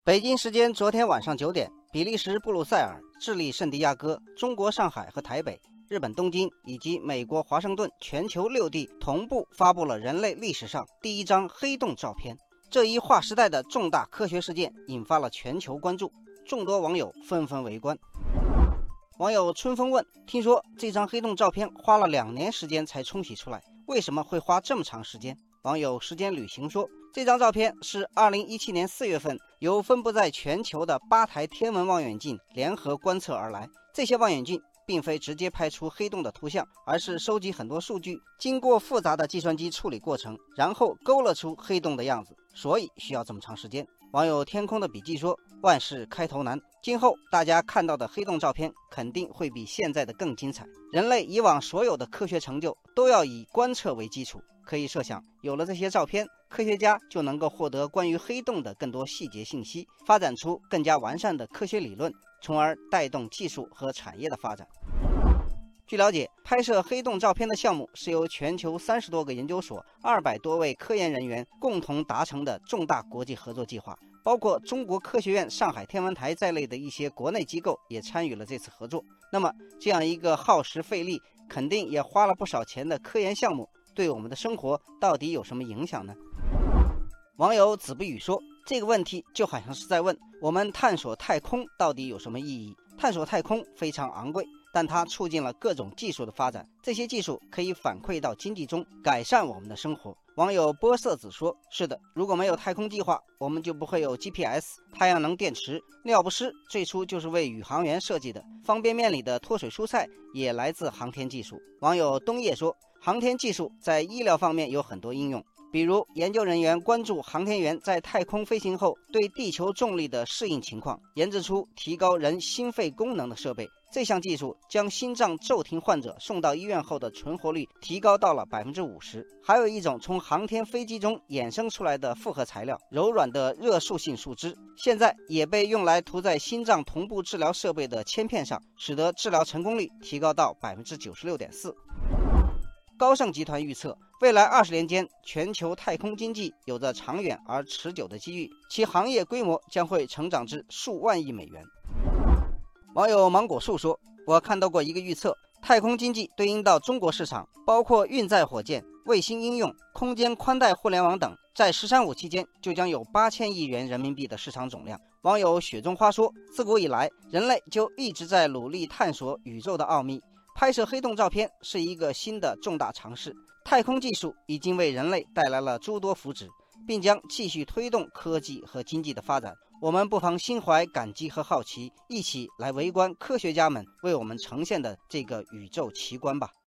北京时间昨天晚上9点，比利时布鲁塞尔、智利圣地亚哥、中国上海和台北、日本东京以及美国华盛顿全球6地同步发布了人类历史上第一张黑洞照片。这一划时代的重大科学事件引发了全球关注，众多网友纷纷围观。网友春风问：听说这张黑洞照片花了2年时间才冲洗出来，为什么会花这么长时间？网友时间旅行说，这张照片是2017年4月份由分布在全球的8台天文望远镜联合观测而来。这些望远镜并非直接拍出黑洞的图像，而是收集很多数据，经过复杂的计算机处理过程，然后勾勒出黑洞的样子，所以需要这么长时间。网友天空的笔记说，万事开头难，今后大家看到的黑洞照片肯定会比现在的更精彩。人类以往所有的科学成就都要以观测为基础，可以设想，有了这些照片，科学家就能够获得关于黑洞的更多细节信息，发展出更加完善的科学理论，从而带动技术和产业的发展。据了解，拍摄黑洞照片的项目是由全球30多个研究所、200多位科研人员共同达成的重大国际合作计划，包括中国科学院上海天文台在内的一些国内机构也参与了这次合作。那么，这样一个耗时费力，肯定也花了不少钱的科研项目，对我们的生活到底有什么影响呢？网友子不语说，这个问题就好像是在问我们探索太空到底有什么意义？探索太空非常昂贵，但它促进了各种技术的发展，这些技术可以反馈到经济中，改善我们的生活。网友波色子说，是的，如果没有太空计划，我们就不会有 GPS、太阳能电池。尿不湿最初就是为宇航员设计的，方便面里的脱水蔬菜也来自航天技术。网友冬叶说，航天技术在医疗方面有很多应用，比如研究人员关注航天员在太空飞行后对地球重力的适应情况，研制出提高人心肺功能的设备。这项技术将心脏骤停患者送到医院后的存活率提高到了50%。还有一种从航天飞机中衍生出来的复合材料，柔软的热塑性树脂，现在也被用来涂在心脏同步治疗设备的铅片上，使得治疗成功率提高到96.4%。高盛集团预测，未来20年间，全球太空经济有着长远而持久的机遇，其行业规模将会成长至数万亿美元。网友芒果树说，我看到过一个预测，太空经济对应到中国市场，包括运载火箭、卫星应用、空间宽带互联网等，在“十三五”期间就将有8000亿元人民币的市场总量。网友雪中花说，自古以来，人类就一直在努力探索宇宙的奥秘，拍摄黑洞照片是一个新的重大尝试。太空技术已经为人类带来了诸多福祉，并将继续推动科技和经济的发展。我们不妨心怀感激和好奇，一起来围观科学家们为我们呈现的这个宇宙奇观吧。